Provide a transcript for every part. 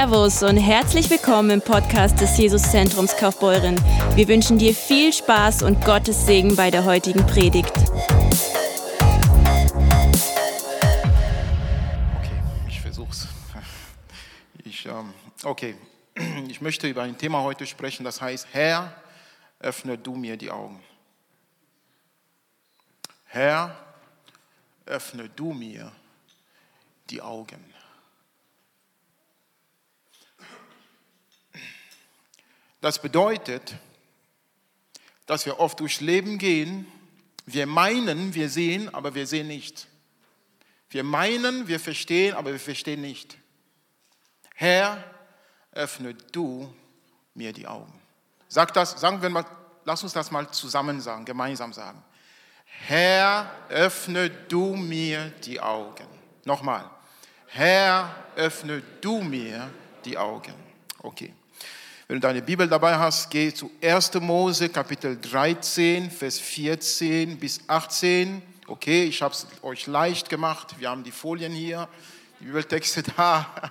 Servus und herzlich willkommen im Podcast des Jesuszentrums Kaufbeuren. Wir wünschen dir viel Spaß und Gottes Segen bei der heutigen Predigt. Okay, ich versuch's. Ich möchte über ein Thema heute sprechen, das heißt, Herr, öffne du mir die Augen. Herr, öffne du mir die Augen. Das bedeutet, dass wir oft durchs Leben gehen, wir meinen, wir sehen, aber wir sehen nicht. Wir meinen, wir verstehen, aber wir verstehen nicht. Herr, öffne du mir die Augen. Lass uns das mal zusammen sagen, gemeinsam sagen. Herr, öffne du mir die Augen. Nochmal. Herr, öffne du mir die Augen. Okay. Wenn du deine Bibel dabei hast, geh zu 1. Mose, Kapitel 13, Vers 14 bis 18. Okay, ich habe es euch leicht gemacht. Wir haben die Folien hier, die Bibeltexte da.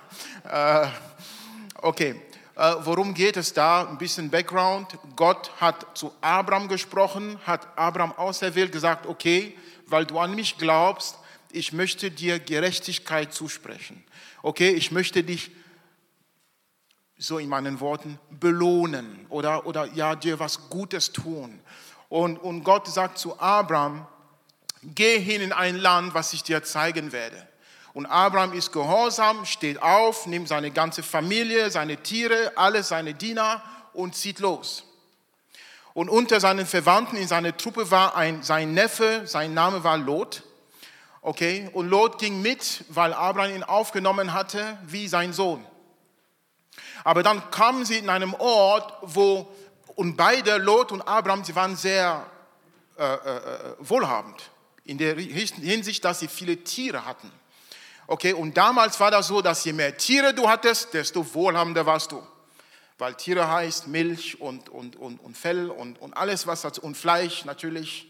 Worum geht es da? Ein bisschen Background. Gott hat zu Abraham gesprochen, hat Abraham auserwählt, gesagt, okay, weil du an mich glaubst, ich möchte dir Gerechtigkeit zusprechen. Okay, ich möchte dich, so in meinen Worten, belohnen oder dir was Gutes tun. Und Gott sagt zu Abraham, geh hin in ein Land, was ich dir zeigen werde. Und Abraham ist gehorsam, steht auf, nimmt seine ganze Familie, seine Tiere, alles seine Diener und zieht los. Und unter seinen Verwandten in seiner Truppe war sein Neffe, sein Name war Lot. Okay, und Lot ging mit, weil Abraham ihn aufgenommen hatte wie sein Sohn. Aber dann kamen sie in einem Ort, und beide, Lot und Abraham, sie waren sehr wohlhabend. In der Hinsicht, dass sie viele Tiere hatten. Okay, und damals war das so, dass je mehr Tiere du hattest, desto wohlhabender warst du. Weil Tiere heißt Milch und Fell und alles, was dazu, und Fleisch natürlich.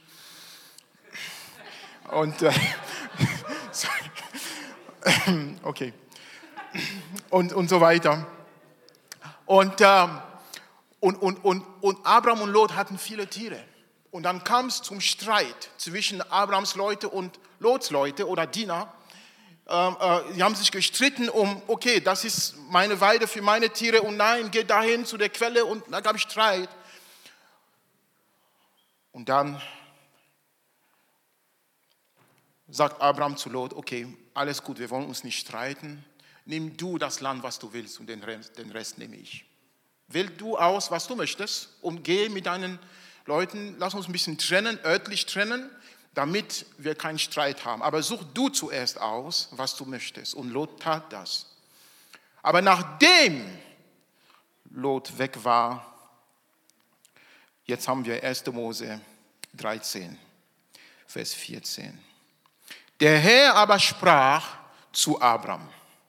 Okay. Und so weiter. Und Abraham und Lot hatten viele Tiere. Und dann kam es zum Streit zwischen Abrahams Leute und Lots Leute oder Diener. Die haben sich gestritten okay, das ist meine Weide für meine Tiere und nein, geh dahin zu der Quelle und da gab es Streit. Und dann sagt Abraham zu Lot, okay, alles gut, wir wollen uns nicht streiten. Nimm du das Land, was du willst und den Rest nehme ich. Wähl du aus, was du möchtest und geh mit deinen Leuten, lass uns ein bisschen trennen, örtlich trennen, damit wir keinen Streit haben. Aber such du zuerst aus, was du möchtest. Und Lot tat das. Aber nachdem Lot weg war, jetzt haben wir 1. Mose 13, Vers 14. Der Herr aber sprach zu Abraham,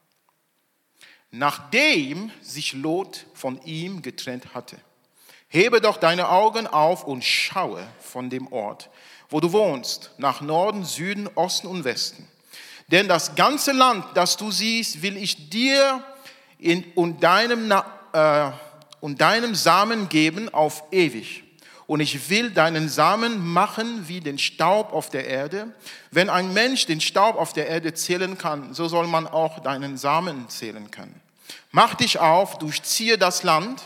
nachdem sich Lot von ihm getrennt hatte. Hebe doch deine Augen auf und schaue von dem Ort, wo du wohnst, nach Norden, Süden, Osten und Westen. Denn das ganze Land, das du siehst, will ich dir und deinem Samen geben auf ewig. Und ich will deinen Samen machen wie den Staub auf der Erde. Wenn ein Mensch den Staub auf der Erde zählen kann, so soll man auch deinen Samen zählen können. Mach dich auf, durchziehe das Land,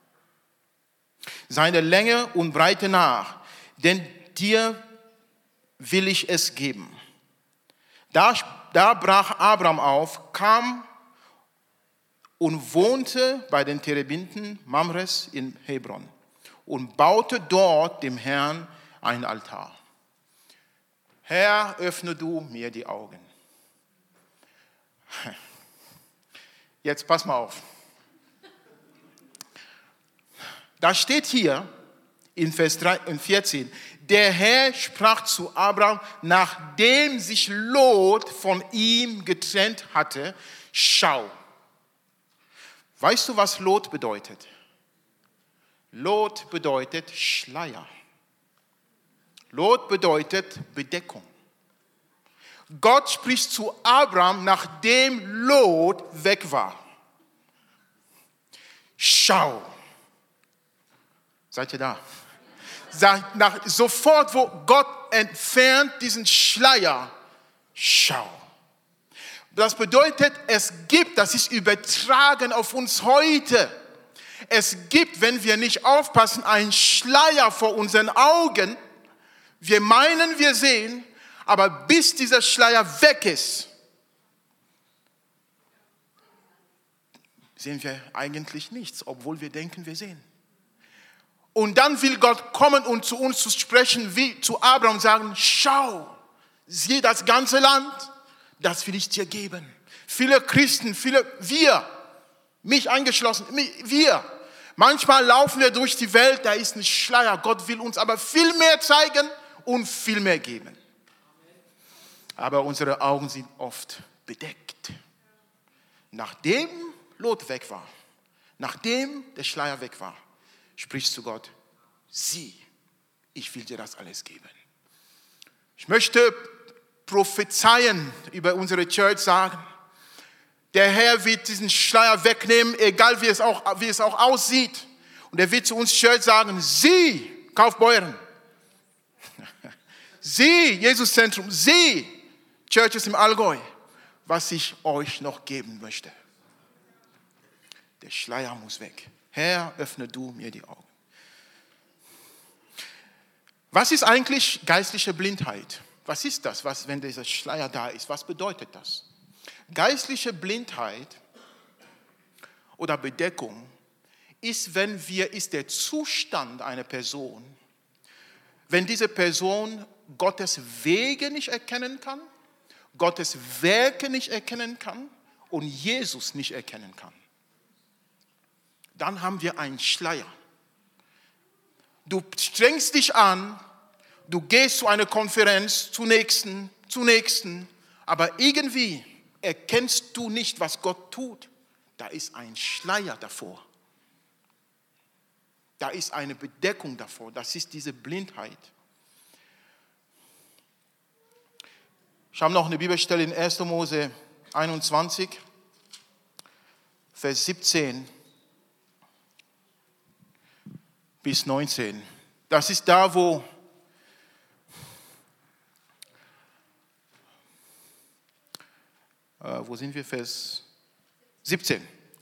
seine Länge und Breite nach, denn dir will ich es geben. Da brach Abraham auf, kam und wohnte bei den Terebinten Mamres in Hebron und baute dort dem Herrn einen Altar. Herr, öffne du mir die Augen. Jetzt pass mal auf. Da steht hier in Vers 14, der Herr sprach zu Abraham, nachdem sich Lot von ihm getrennt hatte, schau. Weißt du, was Lot bedeutet? Lot bedeutet Schleier. Lot bedeutet Bedeckung. Gott spricht zu Abraham, nachdem Lot weg war. schau. Seid ihr da? Sofort, wo Gott entfernt diesen Schleier, schau. Das bedeutet, es gibt, das ist übertragen auf uns heute. Es gibt, wenn wir nicht aufpassen, einen Schleier vor unseren Augen. Wir meinen, wir sehen, aber bis dieser Schleier weg ist, sehen wir eigentlich nichts, obwohl wir denken, wir sehen. Und dann will Gott kommen und zu uns zu sprechen, wie zu Abraham sagen, schau, sieh das ganze Land, das will ich dir geben. Viele Christen, wir, mich eingeschlossen, wir. Manchmal laufen wir durch die Welt, da ist ein Schleier. Gott will uns aber viel mehr zeigen und viel mehr geben. Aber unsere Augen sind oft bedeckt. Nachdem Lot weg war, nachdem der Schleier weg war, sprichst du Gott, sieh, ich will dir das alles geben. Ich möchte prophezeien über unsere Church sagen, der Herr wird diesen Schleier wegnehmen, egal wie es auch aussieht. Und er wird zu uns Church sagen, sieh, Kaufbeuren, sieh, Jesus-Zentrum, sieh, Churches im Allgäu, was ich euch noch geben möchte. Der Schleier muss weg. Herr, öffne du mir die Augen. Was ist eigentlich geistliche Blindheit? Was ist das, wenn dieser Schleier da ist? Was bedeutet das? Geistliche Blindheit oder Bedeckung ist der Zustand einer Person, wenn diese Person Gottes Wege nicht erkennen kann, Gottes Werke nicht erkennen kann und Jesus nicht erkennen kann. Dann haben wir einen Schleier. Du strengst dich an, du gehst zu einer Konferenz, zur nächsten, aber irgendwie erkennst du nicht, was Gott tut. Da ist ein Schleier davor. Da ist eine Bedeckung davor. Das ist diese Blindheit. Ich habe noch eine Bibelstelle in 1. Mose 21, Vers 17 bis 19. Das ist da, wo sind wir? Vers 17.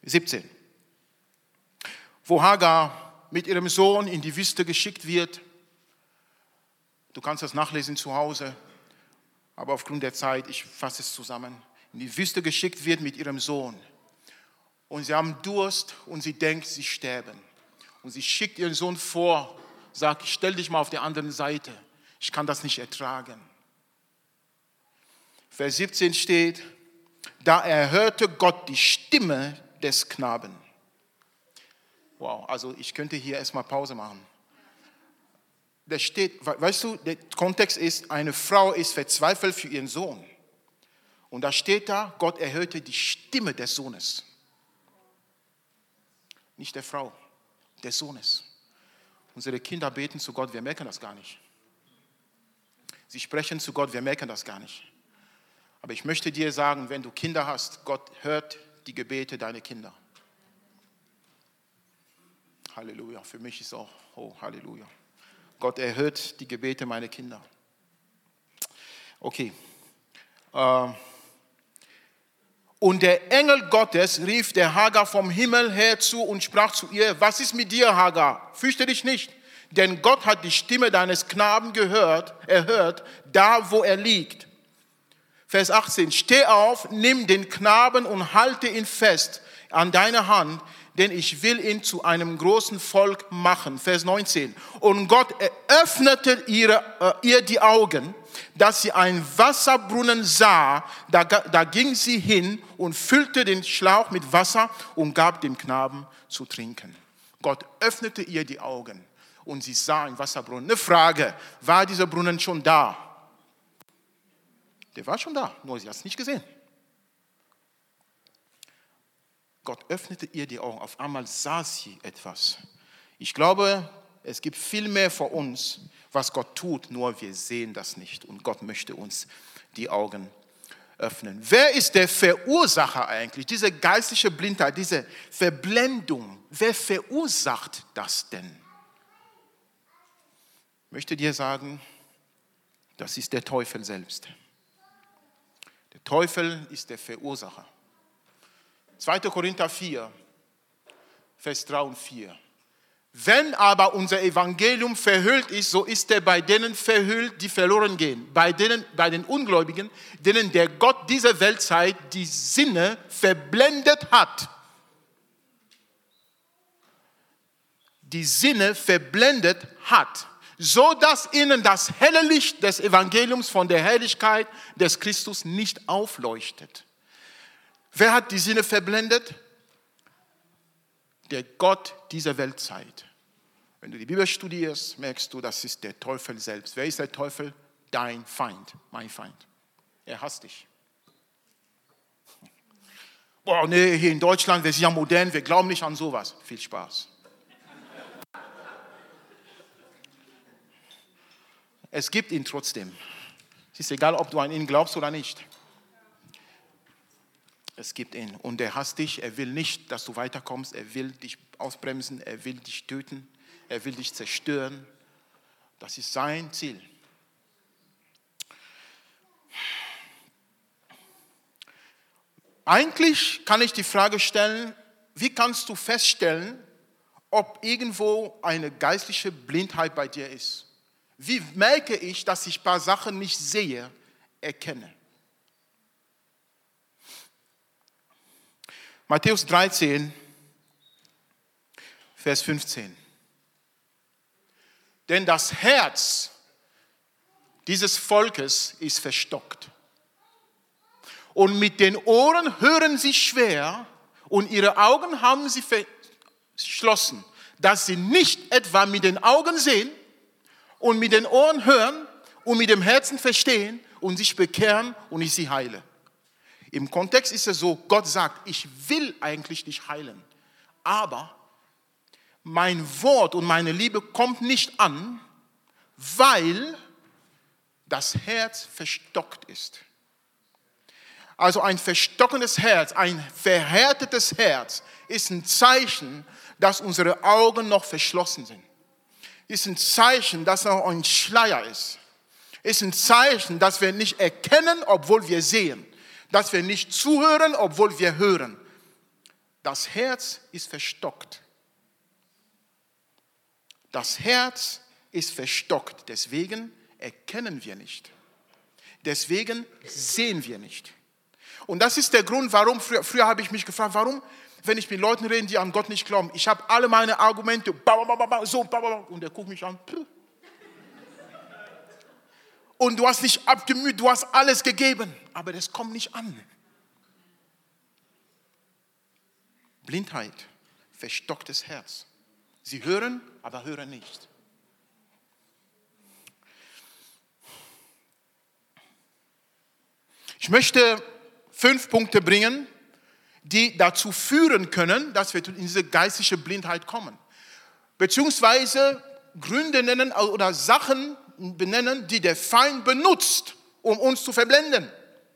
Wo Hagar mit ihrem Sohn in die Wüste geschickt wird. Du kannst das nachlesen zu Hause, aber aufgrund der Zeit, ich fasse es zusammen. In die Wüste geschickt wird mit ihrem Sohn. Und sie haben Durst und sie denkt, sie sterben. Und sie schickt ihren Sohn vor, sagt, stell dich mal auf der anderen Seite. Ich kann das nicht ertragen. Vers 17 steht, da erhörte Gott die Stimme des Knaben. Wow, also ich könnte hier erstmal Pause machen. Da steht, weißt du, der Kontext ist, eine Frau ist verzweifelt für ihren Sohn. Und da steht da, Gott erhörte die Stimme des Sohnes. Nicht der Frau, des Sohnes. Unsere Kinder beten zu Gott, wir merken das gar nicht. Sie sprechen zu Gott, wir merken das gar nicht. Aber ich möchte dir sagen, wenn du Kinder hast, Gott hört die Gebete deiner Kinder. Halleluja, für mich ist auch, oh Halleluja. Gott erhört die Gebete meiner Kinder. Okay. Und der Engel Gottes rief der Hagar vom Himmel her zu und sprach zu ihr, was ist mit dir, Hagar? Fürchte dich nicht, denn Gott hat die Stimme deines Knaben erhört, da wo er liegt. Vers 18, steh auf, nimm den Knaben und halte ihn fest an deiner Hand, denn ich will ihn zu einem großen Volk machen. Vers 19, und Gott eröffnete ihr die Augen, dass sie einen Wasserbrunnen sah. Da ging sie hin und füllte den Schlauch mit Wasser und gab dem Knaben zu trinken. Gott öffnete ihr die Augen und sie sah einen Wasserbrunnen. Eine Frage, war dieser Brunnen schon da? Der war schon da, nur sie hat es nicht gesehen. Gott öffnete ihr die Augen. Auf einmal sah sie etwas. Ich glaube, es gibt viel mehr vor uns, was Gott tut, nur wir sehen das nicht. Und Gott möchte uns die Augen öffnen. Wer ist der Verursacher eigentlich? Diese geistliche Blindheit, diese Verblendung, wer verursacht das denn? Ich möchte dir sagen, das ist der Teufel selbst. Der Teufel ist der Verursacher. 2. Korinther 4, Vers 3 und 4. Wenn aber unser Evangelium verhüllt ist, so ist er bei denen verhüllt, die verloren gehen. Bei den Ungläubigen, denen der Gott dieser Weltzeit die Sinne verblendet hat. Die Sinne verblendet hat, so dass ihnen das helle Licht des Evangeliums von der Herrlichkeit des Christus nicht aufleuchtet. Wer hat die Sinne verblendet? Der Gott dieser Weltzeit. Wenn du die Bibel studierst, merkst du, das ist der Teufel selbst. Wer ist der Teufel? Dein Feind, mein Feind. Er hasst dich. Boah, nee, hier in Deutschland, wir sind ja modern, wir glauben nicht an sowas. Viel Spaß. Es gibt ihn trotzdem. Es ist egal, ob du an ihn glaubst oder nicht. Es gibt ihn und er hasst dich. Er will nicht, dass du weiterkommst. Er will dich ausbremsen. Er will dich töten. Er will dich zerstören. Das ist sein Ziel. Eigentlich kann ich die Frage stellen, wie kannst du feststellen, ob irgendwo eine geistliche Blindheit bei dir ist? Wie merke ich, dass ich ein paar Sachen nicht sehe, erkenne? Matthäus 13, Vers 15. Denn das Herz dieses Volkes ist verstockt. Und mit den Ohren hören sie schwer und ihre Augen haben sie verschlossen, dass sie nicht etwa mit den Augen sehen und mit den Ohren hören und mit dem Herzen verstehen und sich bekehren und ich sie heile. Im Kontext ist es so, Gott sagt, ich will eigentlich dich heilen, aber mein Wort und meine Liebe kommt nicht an, weil das Herz verstockt ist. Also ein verstockendes Herz, ein verhärtetes Herz ist ein Zeichen, dass unsere Augen noch verschlossen sind. Ist ein Zeichen, dass noch ein Schleier ist. Ist ein Zeichen, dass wir nicht erkennen, obwohl wir sehen. Dass wir nicht zuhören, obwohl wir hören. Das Herz ist verstockt. Das Herz ist verstockt. Deswegen erkennen wir nicht. Deswegen sehen wir nicht. Und das ist der Grund, warum, früher habe ich mich gefragt, warum, wenn ich mit Leuten rede, die an Gott nicht glauben, ich habe alle meine Argumente, und der guckt mich an. Und du hast nicht abgemüht, du hast alles gegeben, aber das kommt nicht an. Blindheit, verstocktes Herz. Sie hören, aber hören nicht. Ich möchte 5 Punkte bringen, die dazu führen können, dass wir in diese geistliche Blindheit kommen. Beziehungsweise Gründe nennen oder Sachen benennen, die der Feind benutzt, um uns zu verblenden.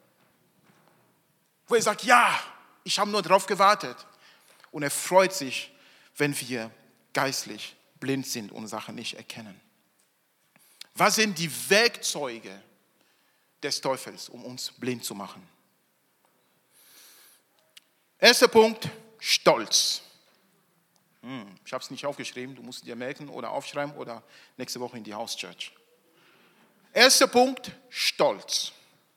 Wo er sagt, ja, ich habe nur darauf gewartet. Und er freut sich, wenn wir geistlich blind sind und Sachen nicht erkennen. Was sind die Werkzeuge des Teufels, um uns blind zu machen? Erster Punkt, Stolz. Ich habe es nicht aufgeschrieben, du musst dir merken oder aufschreiben oder nächste Woche in die House Church. Erster Punkt, Stolz.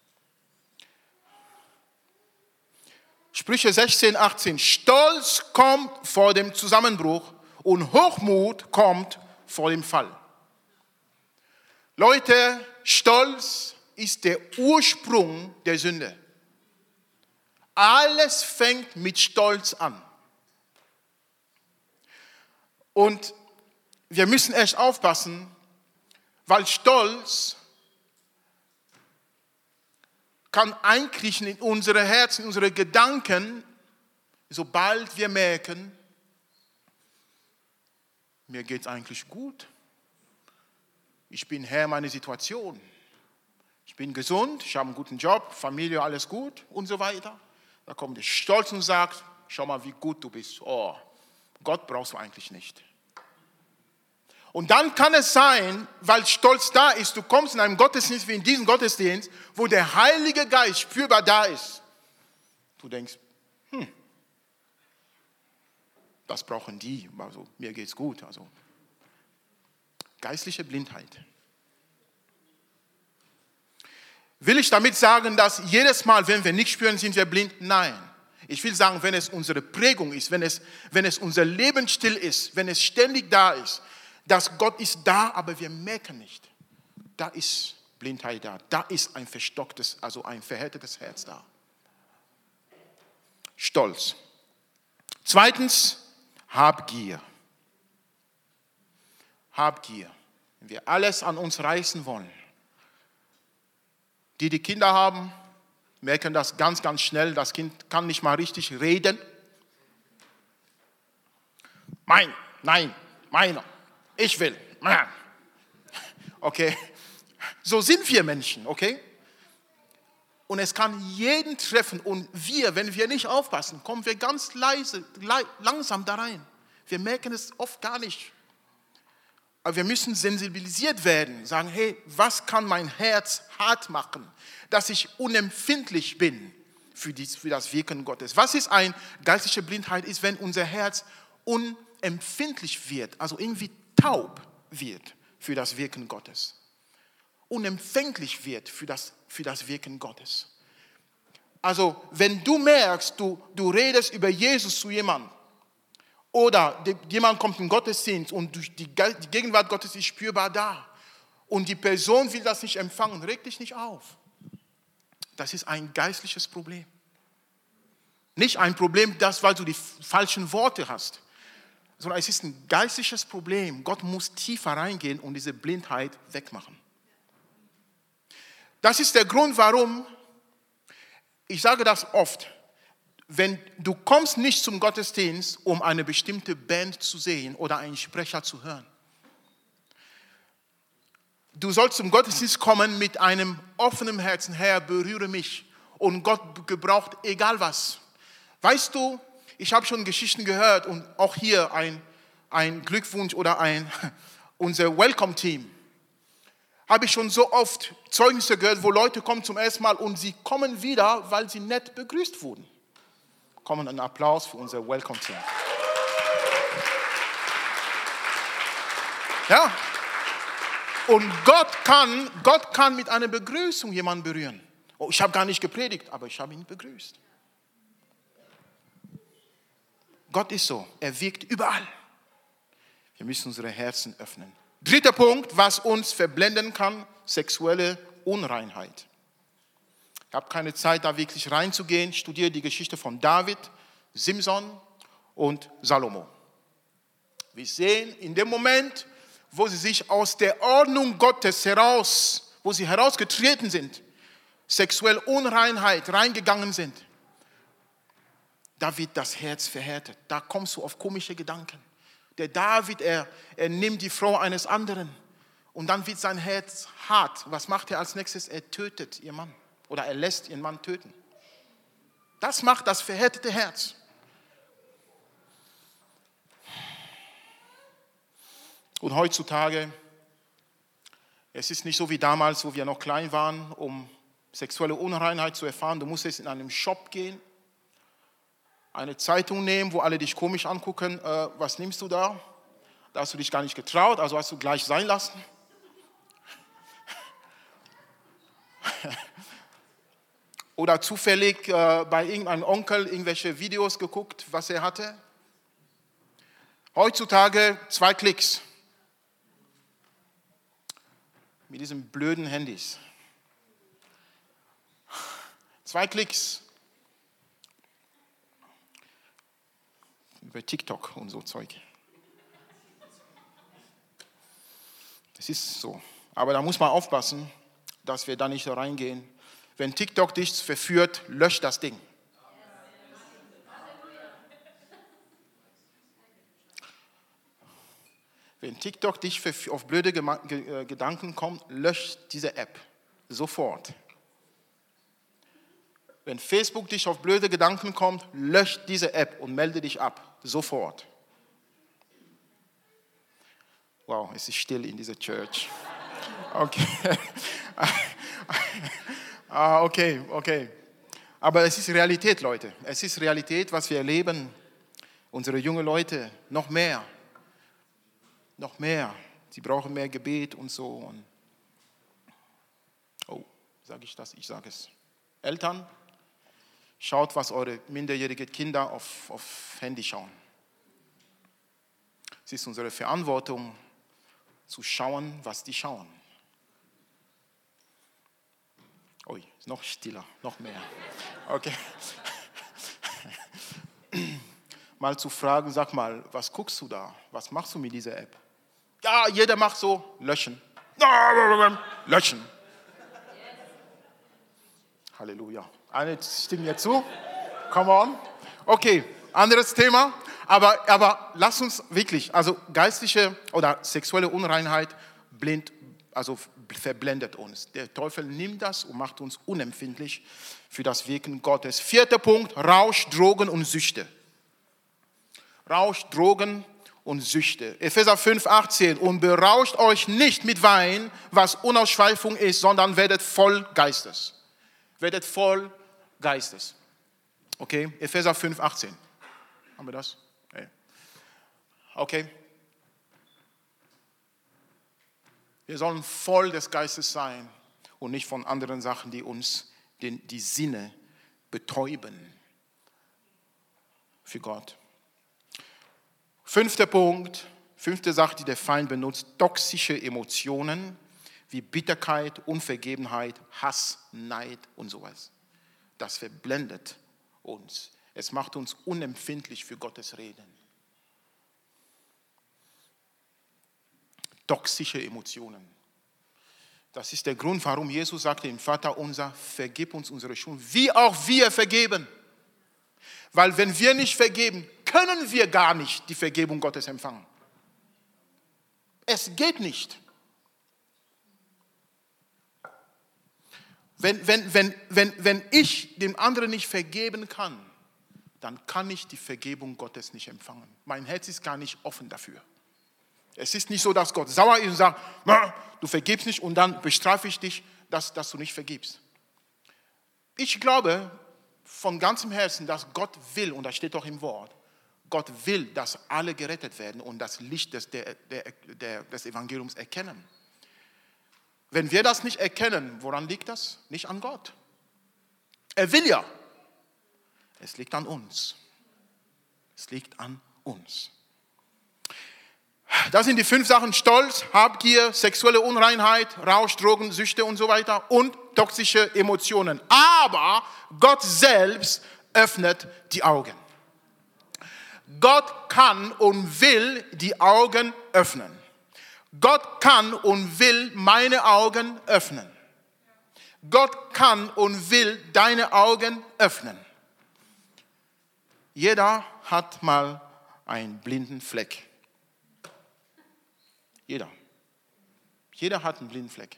Sprüche 16, 18. Stolz kommt vor dem Zusammenbruch und Hochmut kommt vor dem Fall. Leute, Stolz ist der Ursprung der Sünde. Alles fängt mit Stolz an. Und wir müssen echt aufpassen, weil Stolz kann einkriechen in unsere Herzen, in unsere Gedanken, sobald wir merken, mir geht es eigentlich gut. Ich bin Herr meiner Situation. Ich bin gesund, ich habe einen guten Job, Familie, alles gut und so weiter. Da kommt der Stolz und sagt, schau mal, wie gut du bist. Oh, Gott brauchst du eigentlich nicht. Und dann kann es sein, weil Stolz da ist, du kommst in einem Gottesdienst wie in diesem Gottesdienst, wo der Heilige Geist spürbar da ist. Du denkst, das brauchen die, also mir geht's gut. Also geistliche Blindheit. Will ich damit sagen, dass jedes Mal, wenn wir nicht spüren, sind wir blind? Nein. Ich will sagen, wenn es unsere Prägung ist, wenn es unser Lebensstil ist, wenn es ständig da ist, dass Gott ist da, aber wir merken nicht. Da ist Blindheit da. Da ist ein verstocktes, also ein verhärtetes Herz da. Stolz. Zweitens, Habgier. Habgier. Wenn wir alles an uns reißen wollen. Die Kinder haben, merken das ganz, ganz schnell. Das Kind kann nicht mal richtig reden. Nein, meiner. Ich will. Okay. So sind wir Menschen, okay? Und es kann jeden treffen. Und wir, wenn wir nicht aufpassen, kommen wir ganz langsam da rein. Wir merken es oft gar nicht. Aber wir müssen sensibilisiert werden. Sagen, hey, was kann mein Herz hart machen, dass ich unempfindlich bin für das Wirken Gottes? Was ist eine geistliche Blindheit? Ist, wenn unser Herz unempfindlich wird, also irgendwie taub wird für das Wirken Gottes. Unempfänglich wird für das Wirken Gottes. Also, wenn du merkst, du redest über Jesus zu jemandem, oder jemand kommt in den Gottesdienst und die Gegenwart Gottes ist spürbar da und die Person will das nicht empfangen, reg dich nicht auf. Das ist ein geistliches Problem. Nicht ein Problem, weil du die falschen Worte hast, sondern es ist ein geistliches Problem. Gott muss tiefer reingehen und diese Blindheit wegmachen. Das ist der Grund, warum, ich sage das oft, wenn du kommst nicht zum Gottesdienst, um eine bestimmte Band zu sehen oder einen Sprecher zu hören. Du sollst zum Gottesdienst kommen mit einem offenen Herzen. Herr, berühre mich. Und Gott gebraucht egal was. Weißt du, ich habe schon Geschichten gehört und auch hier ein Glückwunsch oder unser Welcome-Team. Habe ich schon so oft Zeugnisse gehört, wo Leute kommen zum ersten Mal und sie kommen wieder, weil sie nett begrüßt wurden. Kommen einen Applaus für unser Welcome-Team. Ja. Und Gott kann mit einer Begrüßung jemanden berühren. Oh, ich habe gar nicht gepredigt, aber ich habe ihn begrüßt. Gott ist so, er wirkt überall. Wir müssen unsere Herzen öffnen. Dritter Punkt, was uns verblenden kann, sexuelle Unreinheit. Ich habe keine Zeit, da wirklich reinzugehen. Studiere die Geschichte von David, Simson und Salomo. Wir sehen, in dem Moment, wo sie sich aus der Ordnung Gottes wo sie herausgetreten sind, sexuelle Unreinheit reingegangen sind, da wird das Herz verhärtet. Da kommst du auf komische Gedanken. Der David, er nimmt die Frau eines anderen und dann wird sein Herz hart. Was macht er als nächstes? Er tötet ihren Mann. Oder er lässt ihren Mann töten. Das macht das verhärtete Herz. Und heutzutage, es ist nicht so wie damals, wo wir noch klein waren, um sexuelle Unreinheit zu erfahren. Du musstest in einen Shop gehen, eine Zeitung nehmen, wo alle dich komisch angucken. Was nimmst du da? Da hast du dich gar nicht getraut, also hast du gleich sein lassen. Oder zufällig bei irgendeinem Onkel irgendwelche Videos geguckt, was er hatte. Heutzutage 2 Klicks. Mit diesen blöden Handys. 2 Klicks. Über TikTok und so Zeug. Das ist so. Aber da muss man aufpassen, dass wir da nicht reingehen. Wenn TikTok dich verführt, lösch das Ding. Wenn TikTok dich auf blöde Gedanken kommt, lösch diese App. Sofort. Wenn Facebook dich auf blöde Gedanken kommt, lösch diese App und melde dich ab. Sofort. Wow, es ist still in dieser Church. Okay. Okay. Aber es ist Realität, Leute. Es ist Realität, was wir erleben. Unsere jungen Leute, noch mehr. Sie brauchen mehr Gebet und so. Oh, sage ich das? Ich sage es. Eltern, schaut, was eure minderjährigen Kinder auf Handy schauen. Es ist unsere Verantwortung, zu schauen, was die schauen. Ui, noch stiller, noch mehr. Okay. Mal zu fragen, sag mal, was guckst du da? Was machst du mit dieser App? Ja, jeder macht so, löschen. Löschen. Halleluja. Eine stimmt mir zu. Come on. Okay, anderes Thema. Aber lass uns wirklich, also geistliche oder sexuelle Unreinheit verblendet uns. Der Teufel nimmt das und macht uns unempfindlich für das Wirken Gottes. 4. Punkt, Rausch, Drogen und Süchte. Rausch, Drogen und Süchte. Epheser 5,18. Und berauscht euch nicht mit Wein, was Unausschweifung ist, sondern werdet voll Geistes. Werdet voll Geistes. Okay, Epheser 5,18. Haben wir das? Okay. Wir sollen voll des Geistes sein und nicht von anderen Sachen, die uns die Sinne betäuben für Gott. 5. Punkt, 5. Sache, die der Feind benutzt, toxische Emotionen wie Bitterkeit, Unvergebenheit, Hass, Neid und sowas. Das verblendet uns. Es macht uns unempfindlich für Gottes Reden. Toxische Emotionen. Das ist der Grund, warum Jesus sagte im Vater unser, vergib uns unsere Schuld, wie auch wir vergeben. Weil wenn wir nicht vergeben, können wir gar nicht die Vergebung Gottes empfangen. Es geht nicht. Wenn ich dem anderen nicht vergeben kann, dann kann ich die Vergebung Gottes nicht empfangen. Mein Herz ist gar nicht offen dafür. Es ist nicht so, dass Gott sauer ist und sagt, du vergibst nicht und dann bestrafe ich dich, dass du nicht vergibst. Ich glaube von ganzem Herzen, dass Gott will, und das steht doch im Wort, Gott will, dass alle gerettet werden und das Licht des Evangeliums erkennen. Wenn wir das nicht erkennen, woran liegt das? Nicht an Gott. Er will ja. Es liegt an uns. Es liegt an uns. Das sind die 5 Sachen: Stolz, Habgier, sexuelle Unreinheit, Rausch, Drogen, Süchte und so weiter und toxische Emotionen. Aber Gott selbst öffnet die Augen. Gott kann und will die Augen öffnen. Gott kann und will meine Augen öffnen. Gott kann und will deine Augen öffnen. Jeder hat mal einen blinden Fleck. Jeder hat einen blinden Fleck.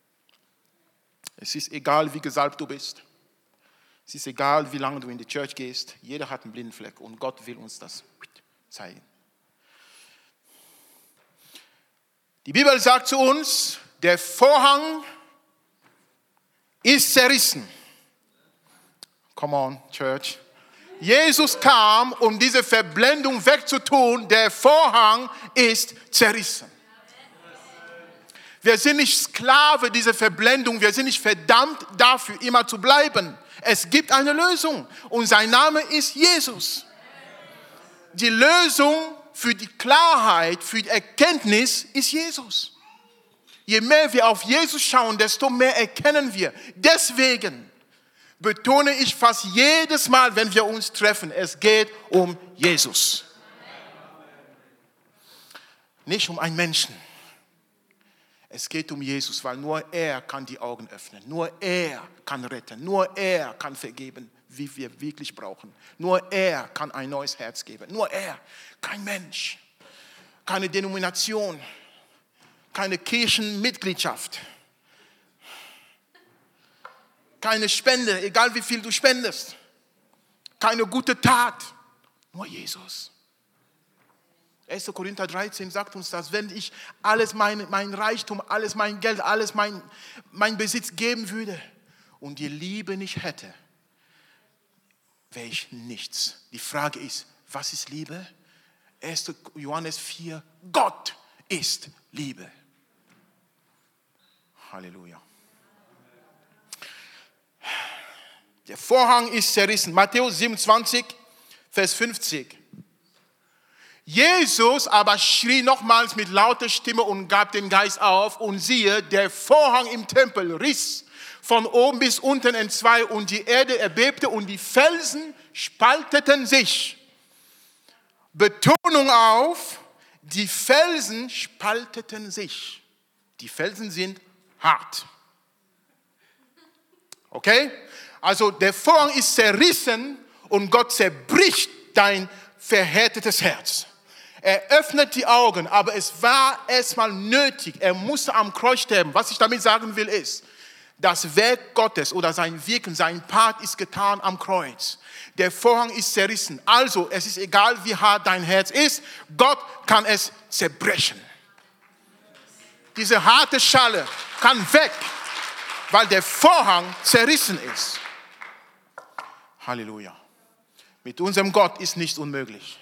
Es ist egal, wie gesalbt du bist. Es ist egal, wie lange du in die Church gehst. Jeder hat einen blinden Fleck und Gott will uns das zeigen. Die Bibel sagt zu uns, der Vorhang ist zerrissen. Come on, Church. Jesus kam, um diese Verblendung wegzutun. Der Vorhang ist zerrissen. Wir sind nicht Sklave dieser Verblendung. Wir sind nicht verdammt dafür, immer zu bleiben. Es gibt eine Lösung und sein Name ist Jesus. Die Lösung für die Klarheit, für die Erkenntnis ist Jesus. Je mehr wir auf Jesus schauen, desto mehr erkennen wir. Deswegen betone ich fast jedes Mal, wenn wir uns treffen, es geht um Jesus. Nicht um einen Menschen. Es geht um Jesus, weil nur er kann die Augen öffnen. Nur er kann retten. Nur er kann vergeben, wie wir wirklich brauchen. Nur er kann ein neues Herz geben. Nur er. Kein Mensch. Keine Denomination. Keine Kirchenmitgliedschaft. keine Spende, egal wie viel du spendest. Keine gute Tat, nur Jesus. 1. Korinther 13 sagt uns das, wenn ich alles mein Reichtum, alles mein Geld, alles mein Besitz geben würde und die Liebe nicht hätte, wäre ich nichts. Die Frage ist, was ist Liebe? 1. Johannes 4, Gott ist Liebe. Halleluja. Der Vorhang ist zerrissen. Matthäus 27, Vers 50. Jesus aber schrie nochmals mit lauter Stimme und gab den Geist auf. Und siehe, der Vorhang im Tempel riss von oben bis unten entzwei und die Erde erbebte und die Felsen spalteten sich. Betonung auf, die Felsen spalteten sich. Die Felsen sind hart. Okay? Also der Vorhang ist zerrissen und Gott zerbricht dein verhärtetes Herz. Er öffnet die Augen, aber es war erstmal nötig. Er musste am Kreuz sterben. Was ich damit sagen will ist, das Werk Gottes oder sein Wirken, sein Part ist getan am Kreuz. Der Vorhang ist zerrissen. Also es ist egal, wie hart dein Herz ist, Gott kann es zerbrechen. Diese harte Schale kann weg, weil der Vorhang zerrissen ist. Halleluja. Mit unserem Gott ist nichts unmöglich.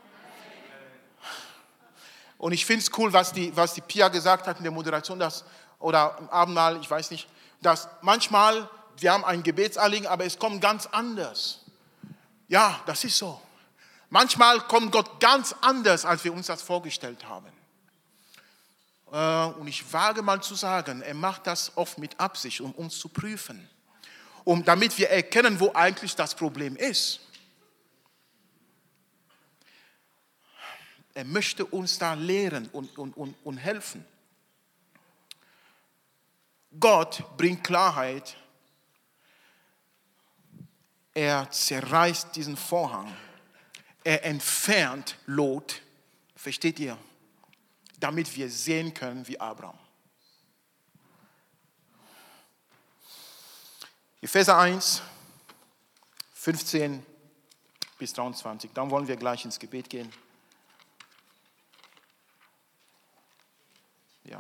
Und ich finde es cool, was die Pia gesagt hat in der Moderation, oder im Abendmahl, ich weiß nicht, dass manchmal, wir haben ein Gebetsanliegen, aber es kommt ganz anders. Ja, das ist so. Manchmal kommt Gott ganz anders, als wir uns das vorgestellt haben. Und ich wage mal zu sagen, er macht das oft mit Absicht, um uns zu prüfen. Damit wir erkennen, wo eigentlich das Problem ist. Er möchte uns da lehren und helfen. Gott bringt Klarheit. Er zerreißt diesen Vorhang. Er entfernt Lot. Versteht ihr? Damit wir sehen können wie Abraham. Epheser 1, 15 bis 23. Dann wollen wir gleich ins Gebet gehen. Ja.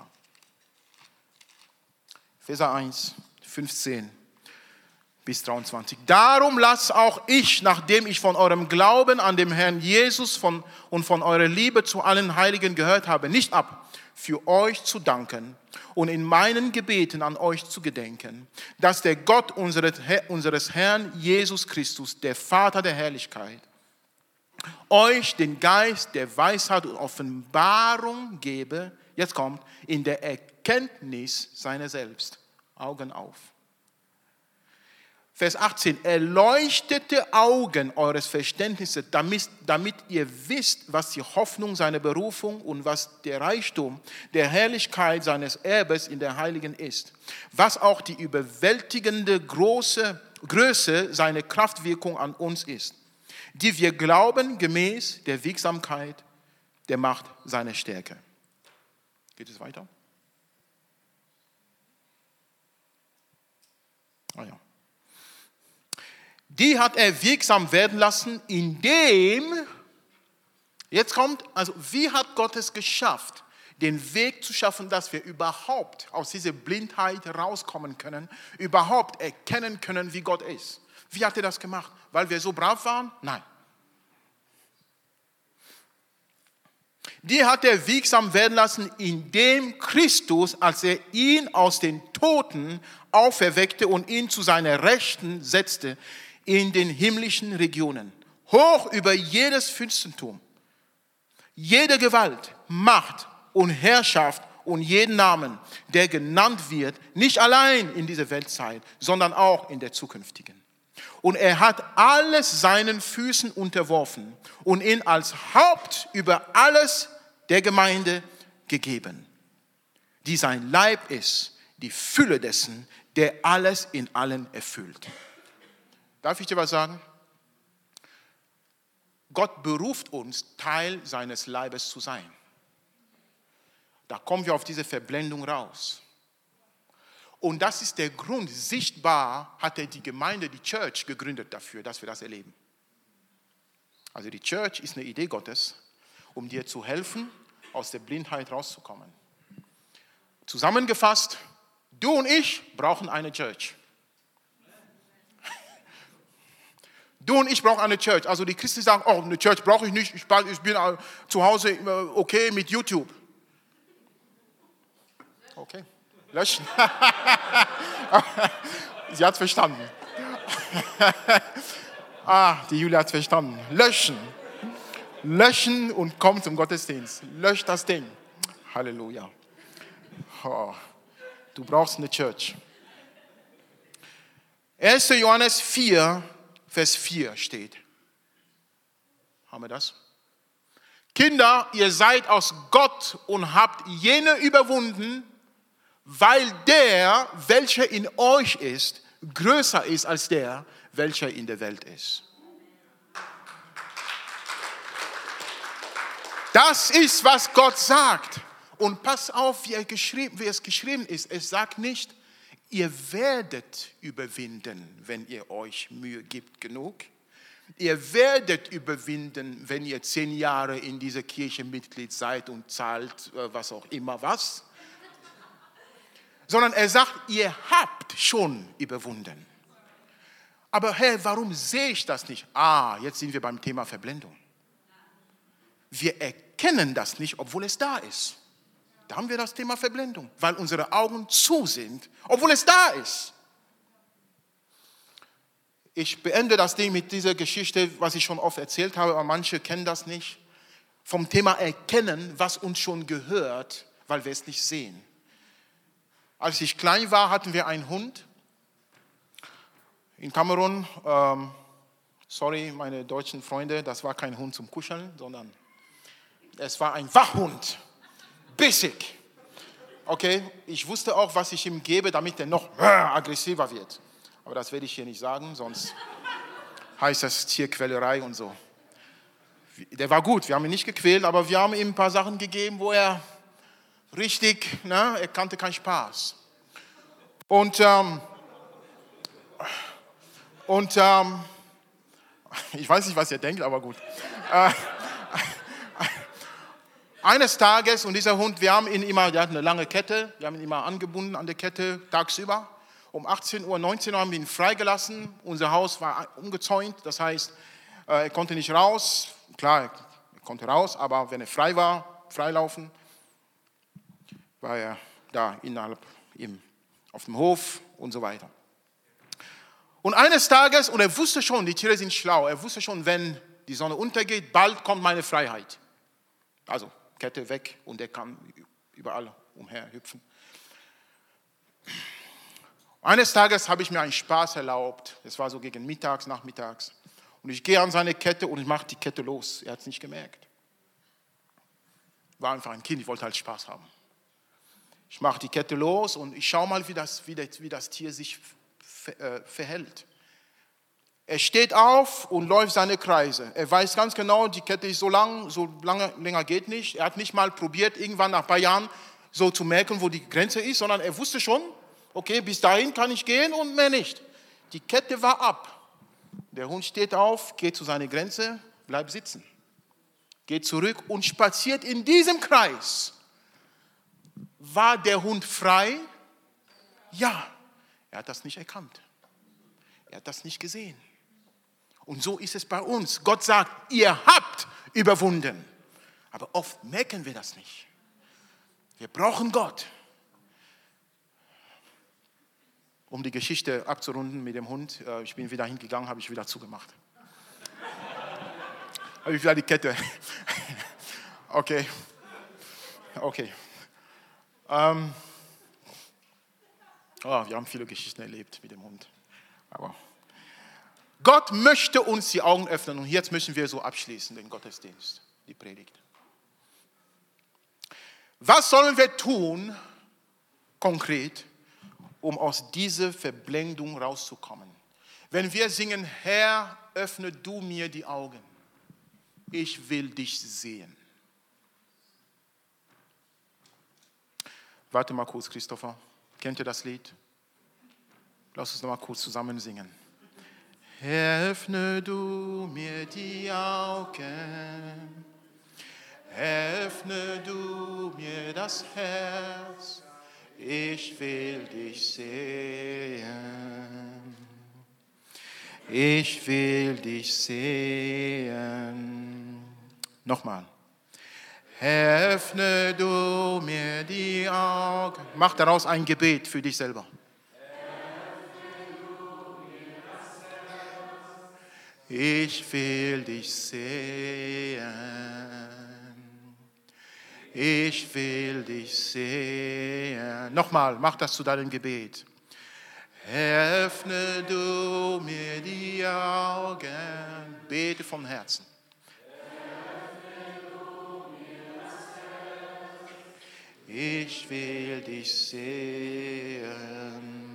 Epheser 1, 15 bis 23. Darum lasst auch ich, nachdem ich von eurem Glauben an den Herrn Jesus und von eurer Liebe zu allen Heiligen gehört habe, nicht ab, für euch zu danken und in meinen Gebeten an euch zu gedenken, dass der Gott unseres Herrn Jesus Christus, der Vater der Herrlichkeit, euch den Geist der Weisheit und Offenbarung gebe, jetzt kommt, in der Erkenntnis seiner selbst. Augen auf. Vers 18, erleuchtete Augen eures Verständnisses, damit ihr wisst, was die Hoffnung seiner Berufung und was der Reichtum der Herrlichkeit seines Erbes in der Heiligen ist, was auch die überwältigende Größe seiner Kraftwirkung an uns ist, die wir glauben gemäß der Wirksamkeit der Macht seiner Stärke. Geht es weiter? Ah ja. Die hat er wirksam werden lassen, indem, jetzt kommt, also wie hat Gott es geschafft, den Weg zu schaffen, dass wir überhaupt aus dieser Blindheit rauskommen können, überhaupt erkennen können, wie Gott ist. Wie hat er das gemacht? Weil wir so brav waren? Nein. Die hat er wirksam werden lassen, indem Christus, als er ihn aus den Toten auferweckte und ihn zu seiner Rechten setzte, in den himmlischen Regionen, hoch über jedes Fürstentum, jede Gewalt, Macht und Herrschaft und jeden Namen, der genannt wird, nicht allein in dieser Weltzeit, sondern auch in der zukünftigen. Und er hat alles seinen Füßen unterworfen und ihn als Haupt über alles der Gemeinde gegeben, die sein Leib ist, die Fülle dessen, der alles in allen erfüllt. Darf ich dir was sagen? Gott beruft uns, Teil seines Leibes zu sein. Da kommen wir auf diese Verblendung raus. Und das ist der Grund, sichtbar hat er die Gemeinde, die Church gegründet dafür, dass wir das erleben. Also die Church ist eine Idee Gottes, um dir zu helfen, aus der Blindheit rauszukommen. Zusammengefasst, du und ich brauchen eine Church. Du und ich brauchen eine Church. Also die Christen sagen, oh, eine Church brauche ich nicht, ich bin zu Hause okay mit YouTube. Okay, löschen. Sie hat es verstanden. Die Julia hat es verstanden. Löschen. Löschen und komm zum Gottesdienst. Lösch das Ding. Halleluja. Oh, du brauchst eine Church. 1. Johannes 4, Vers 4 steht. Haben wir das? Kinder, ihr seid aus Gott und habt jene überwunden, weil der, welcher in euch ist, größer ist als der, welcher in der Welt ist. Das ist, was Gott sagt. Und pass auf, wie es geschrieben ist. Es sagt nicht, ihr werdet überwinden, wenn ihr euch Mühe gibt genug. Ihr werdet überwinden, wenn ihr 10 Jahre in dieser Kirche Mitglied seid und zahlt, was auch immer was. Sondern er sagt, ihr habt schon überwunden. Aber Herr, warum sehe ich das nicht? Jetzt sind wir beim Thema Verblendung. Wir erkennen das nicht, obwohl es da ist. Da haben wir das Thema Verblendung, weil unsere Augen zu sind, obwohl es da ist. Ich beende das Ding mit dieser Geschichte, was ich schon oft erzählt habe, aber manche kennen das nicht. Vom Thema Erkennen, was uns schon gehört, weil wir es nicht sehen. Als ich klein war, hatten wir einen Hund in Kamerun. Sorry, meine deutschen Freunde, das war kein Hund zum Kuscheln, sondern es war ein Wachhund. Bissig. Okay, ich wusste auch, was ich ihm gebe, damit er noch aggressiver wird. Aber das werde ich hier nicht sagen, sonst heißt das Tierquälerei und so. Der war gut, wir haben ihn nicht gequält, aber wir haben ihm ein paar Sachen gegeben, wo er richtig, er kannte keinen Spaß. Und ich weiß nicht, was ihr denkt, aber gut. Eines Tages, und dieser Hund, der hat eine lange Kette, wir haben ihn immer angebunden an der Kette tagsüber. Um 18 Uhr, 19 Uhr haben wir ihn freigelassen. Unser Haus war umgezäunt, das heißt, er konnte nicht raus. Klar, er konnte raus, aber wenn er frei war, freilaufen, war er da auf dem Hof und so weiter. Und eines Tages, und er wusste schon, die Tiere sind schlau, er wusste schon, wenn die Sonne untergeht, bald kommt meine Freiheit. Also Kette weg und er kann überall umherhüpfen. Eines Tages habe ich mir einen Spaß erlaubt. Es war so gegen nachmittags. Und ich gehe an seine Kette und ich mache die Kette los. Er hat es nicht gemerkt. War einfach ein Kind, ich wollte halt Spaß haben. Ich mache die Kette los und ich schaue mal, wie das Tier sich verhält. Er steht auf und läuft seine Kreise. Er weiß ganz genau, die Kette ist so lange, länger geht nicht. Er hat nicht mal probiert, irgendwann nach ein paar Jahren so zu merken, wo die Grenze ist, sondern er wusste schon, okay, bis dahin kann ich gehen und mehr nicht. Die Kette war ab. Der Hund steht auf, geht zu seiner Grenze, bleibt sitzen. Geht zurück und spaziert in diesem Kreis. War der Hund frei? Ja, er hat das nicht erkannt. Er hat das nicht gesehen. Und so ist es bei uns. Gott sagt, ihr habt überwunden. Aber oft merken wir das nicht. Wir brauchen Gott. Um die Geschichte abzurunden mit dem Hund, ich bin wieder hingegangen, habe ich wieder zugemacht. Habe ich wieder die Kette. Okay. Wir haben viele Geschichten erlebt mit dem Hund. Aber Gott möchte uns die Augen öffnen und jetzt müssen wir so abschließen, den Gottesdienst, die Predigt. Was sollen wir tun, konkret, um aus dieser Verblendung rauszukommen? Wenn wir singen, Herr, öffne du mir die Augen. Ich will dich sehen. Warte mal kurz, Christopher. Kennt ihr das Lied? Lass uns noch mal kurz zusammen singen. Herr, öffne du mir die Augen, öffne du mir das Herz, ich will dich sehen, ich will dich sehen. Nochmal. Herr, öffne du mir die Augen. Mach daraus ein Gebet für dich selber. Ich will dich sehen, ich will dich sehen. Nochmal, mach das zu deinem Gebet. Öffne du mir die Augen, bete von Herzen. Ich will dich sehen.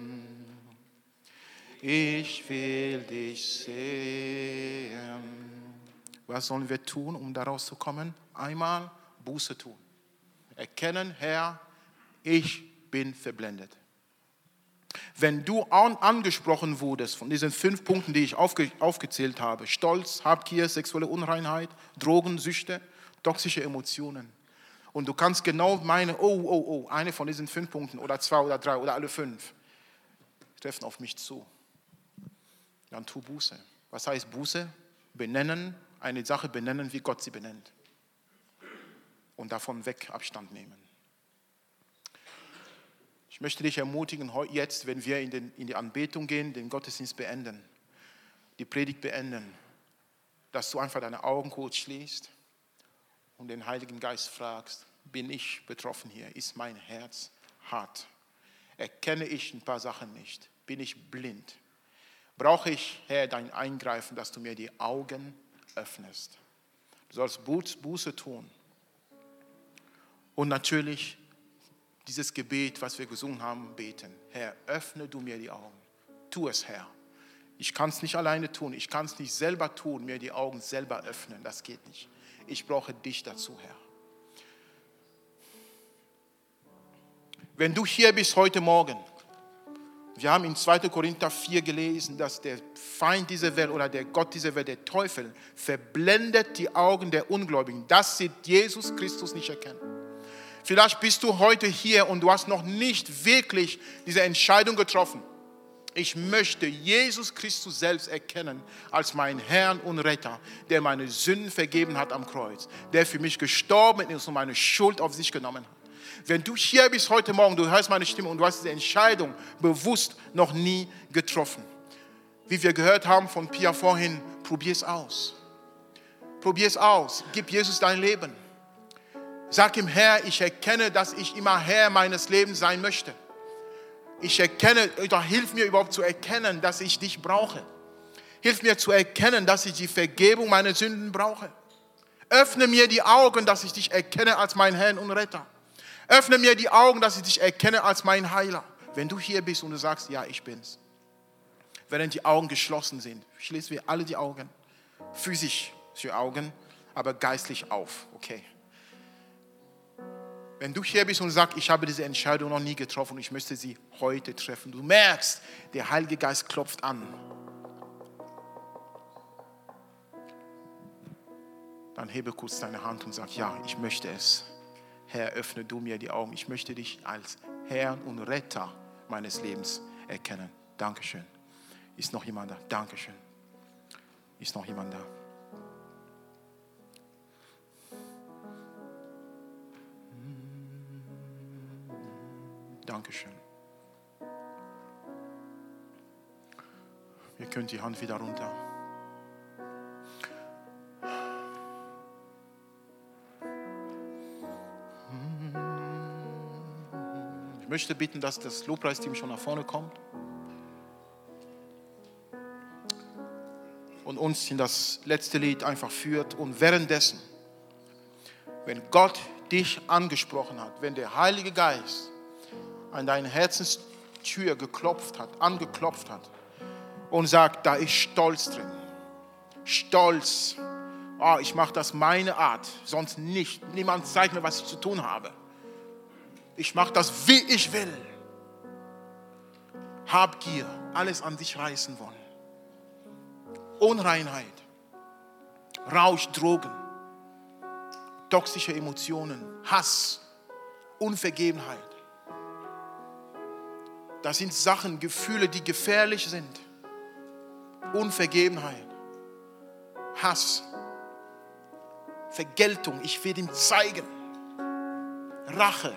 Ich will dich sehen. Was sollen wir tun, um daraus zu kommen? Einmal Buße tun. Erkennen, Herr, ich bin verblendet. Wenn du angesprochen wurdest von diesen 5 Punkten, die ich aufgezählt habe, Stolz, Habgier, sexuelle Unreinheit, Drogensüchte, toxische Emotionen, und du kannst genau meinen, eine von diesen 5 Punkten oder 2 oder 3 oder alle 5 treffen auf mich zu. Dann tu Buße. Was heißt Buße? Benennen, eine Sache benennen, wie Gott sie benennt. Und davon weg Abstand nehmen. Ich möchte dich ermutigen, jetzt, wenn wir in die Anbetung gehen, den Gottesdienst beenden, die Predigt beenden, dass du einfach deine Augen kurz schließt und den Heiligen Geist fragst, bin ich betroffen hier? Ist mein Herz hart? Erkenne ich ein paar Sachen nicht? Bin ich blind? Brauche ich, Herr, dein Eingreifen, dass du mir die Augen öffnest? Du sollst Buße tun. Und natürlich dieses Gebet, was wir gesungen haben, beten. Herr, öffne du mir die Augen. Tu es, Herr. Ich kann es nicht alleine tun. Ich kann es nicht selber tun, mir die Augen selber öffnen. Das geht nicht. Ich brauche dich dazu, Herr. Wenn du hier bist heute Morgen, wir haben in 2. Korinther 4 gelesen, dass der Feind dieser Welt oder der Gott dieser Welt, der Teufel, verblendet die Augen der Ungläubigen, dass sie Jesus Christus nicht erkennen. Vielleicht bist du heute hier und du hast noch nicht wirklich diese Entscheidung getroffen. Ich möchte Jesus Christus selbst erkennen als meinen Herrn und Retter, der meine Sünden vergeben hat am Kreuz, der für mich gestorben ist und meine Schuld auf sich genommen hat. Wenn du hier bist heute Morgen, du hörst meine Stimme und du hast diese Entscheidung bewusst noch nie getroffen. Wie wir gehört haben von Pia vorhin, probier es aus. Probier es aus. Gib Jesus dein Leben. Sag ihm, Herr, ich erkenne, dass ich immer Herr meines Lebens sein möchte. Ich erkenne, oder hilf mir überhaupt zu erkennen, dass ich dich brauche. Hilf mir zu erkennen, dass ich die Vergebung meiner Sünden brauche. Öffne mir die Augen, dass ich dich erkenne als meinen Herrn und Retter. Öffne mir die Augen, dass ich dich erkenne als mein Heiler. Wenn du hier bist und du sagst, ja, ich bin's. Während die Augen geschlossen sind, schließen wir alle die Augen. Physisch die Augen, aber geistlich auf. Okay. Wenn du hier bist und sagst, ich habe diese Entscheidung noch nie getroffen und ich möchte sie heute treffen. Du merkst, der Heilige Geist klopft an. Dann hebe kurz deine Hand und sag, ja, ich möchte es. Herr, öffne du mir die Augen. Ich möchte dich als Herr und Retter meines Lebens erkennen. Dankeschön. Ist noch jemand da? Dankeschön. Ist noch jemand da? Dankeschön. Ihr könnt die Hand wieder runter. Ich möchte bitten, dass das Lobpreisteam schon nach vorne kommt und uns in das letzte Lied einfach führt. Und währenddessen, wenn Gott dich angesprochen hat, wenn der Heilige Geist an deine Herzenstür angeklopft hat und sagt, da ist Stolz drin. Stolz. Oh, ich mache das meine Art, sonst nicht. Niemand zeigt mir, was ich zu tun habe. Ich mache das, wie ich will. Habgier. alles an sich reißen wollen. Unreinheit, Rausch, Drogen, toxische Emotionen, Hass, Unvergebenheit. Das sind Sachen, Gefühle, die gefährlich sind. Unvergebenheit, Hass, Vergeltung, ich will ihm zeigen, Rache.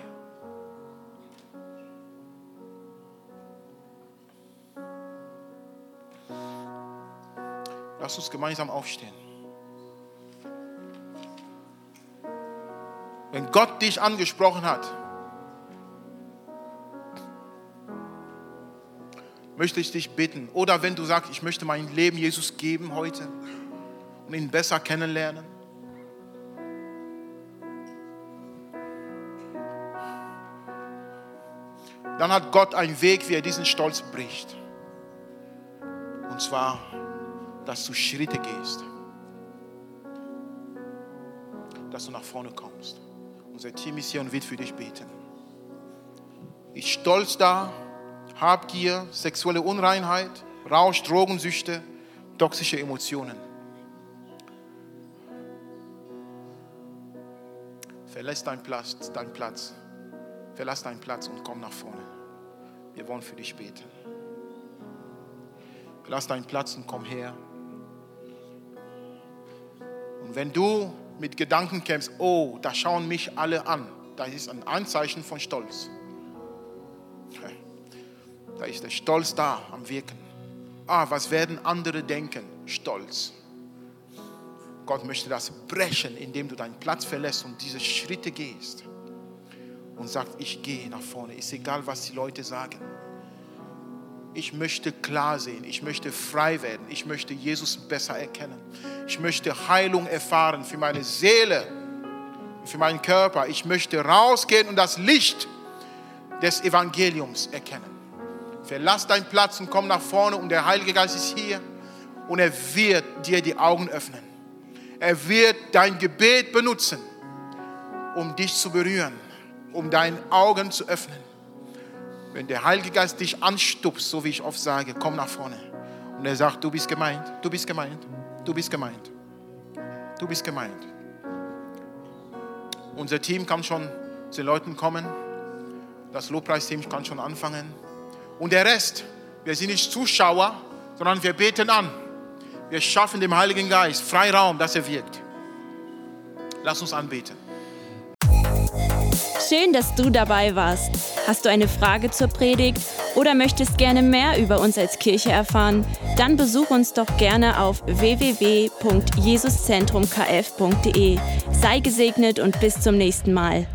Lass uns gemeinsam aufstehen. Wenn Gott dich angesprochen hat, möchte ich dich bitten. Oder wenn du sagst, ich möchte mein Leben Jesus geben heute und ihn besser kennenlernen. Dann hat Gott einen Weg, wie er diesen Stolz bricht. Und zwar, dass du Schritte gehst. Dass du nach vorne kommst. Unser Team ist hier und wird für dich beten. Ist Stolz da, Habgier, sexuelle Unreinheit, Rausch, Drogensüchte, toxische Emotionen. Verlass deinen Platz. Verlass deinen Platz und komm nach vorne. Wir wollen für dich beten. Verlass deinen Platz und komm her. Und wenn du mit Gedanken kämpfst, oh, da schauen mich alle an, das ist ein Anzeichen von Stolz. Da ist der Stolz da am Wirken. Was werden andere denken? Stolz. Gott möchte das brechen, indem du deinen Platz verlässt und diese Schritte gehst. Und sagst, ich gehe nach vorne. Ist egal, was die Leute sagen. Ich möchte klar sehen. Ich möchte frei werden. Ich möchte Jesus besser erkennen. Ich möchte Heilung erfahren für meine Seele, für meinen Körper. Ich möchte rausgehen und das Licht des Evangeliums erkennen. Verlass deinen Platz und komm nach vorne und der Heilige Geist ist hier und er wird dir die Augen öffnen. Er wird dein Gebet benutzen, um dich zu berühren, um deine Augen zu öffnen. Wenn der Heilige Geist dich anstupst, so wie ich oft sage, komm nach vorne. Und er sagt, du bist gemeint, du bist gemeint, du bist gemeint, du bist gemeint. Unser Team kann schon zu den Leuten kommen. Das Lobpreisteam kann schon anfangen. Und der Rest, wir sind nicht Zuschauer, sondern wir beten an. Wir schaffen dem Heiligen Geist Freiraum, dass er wirkt. Lass uns anbeten. Schön, dass du dabei warst. Hast du eine Frage zur Predigt oder möchtest gerne mehr über uns als Kirche erfahren? Dann besuch uns doch gerne auf www.jesuszentrumkf.de. Sei gesegnet und bis zum nächsten Mal.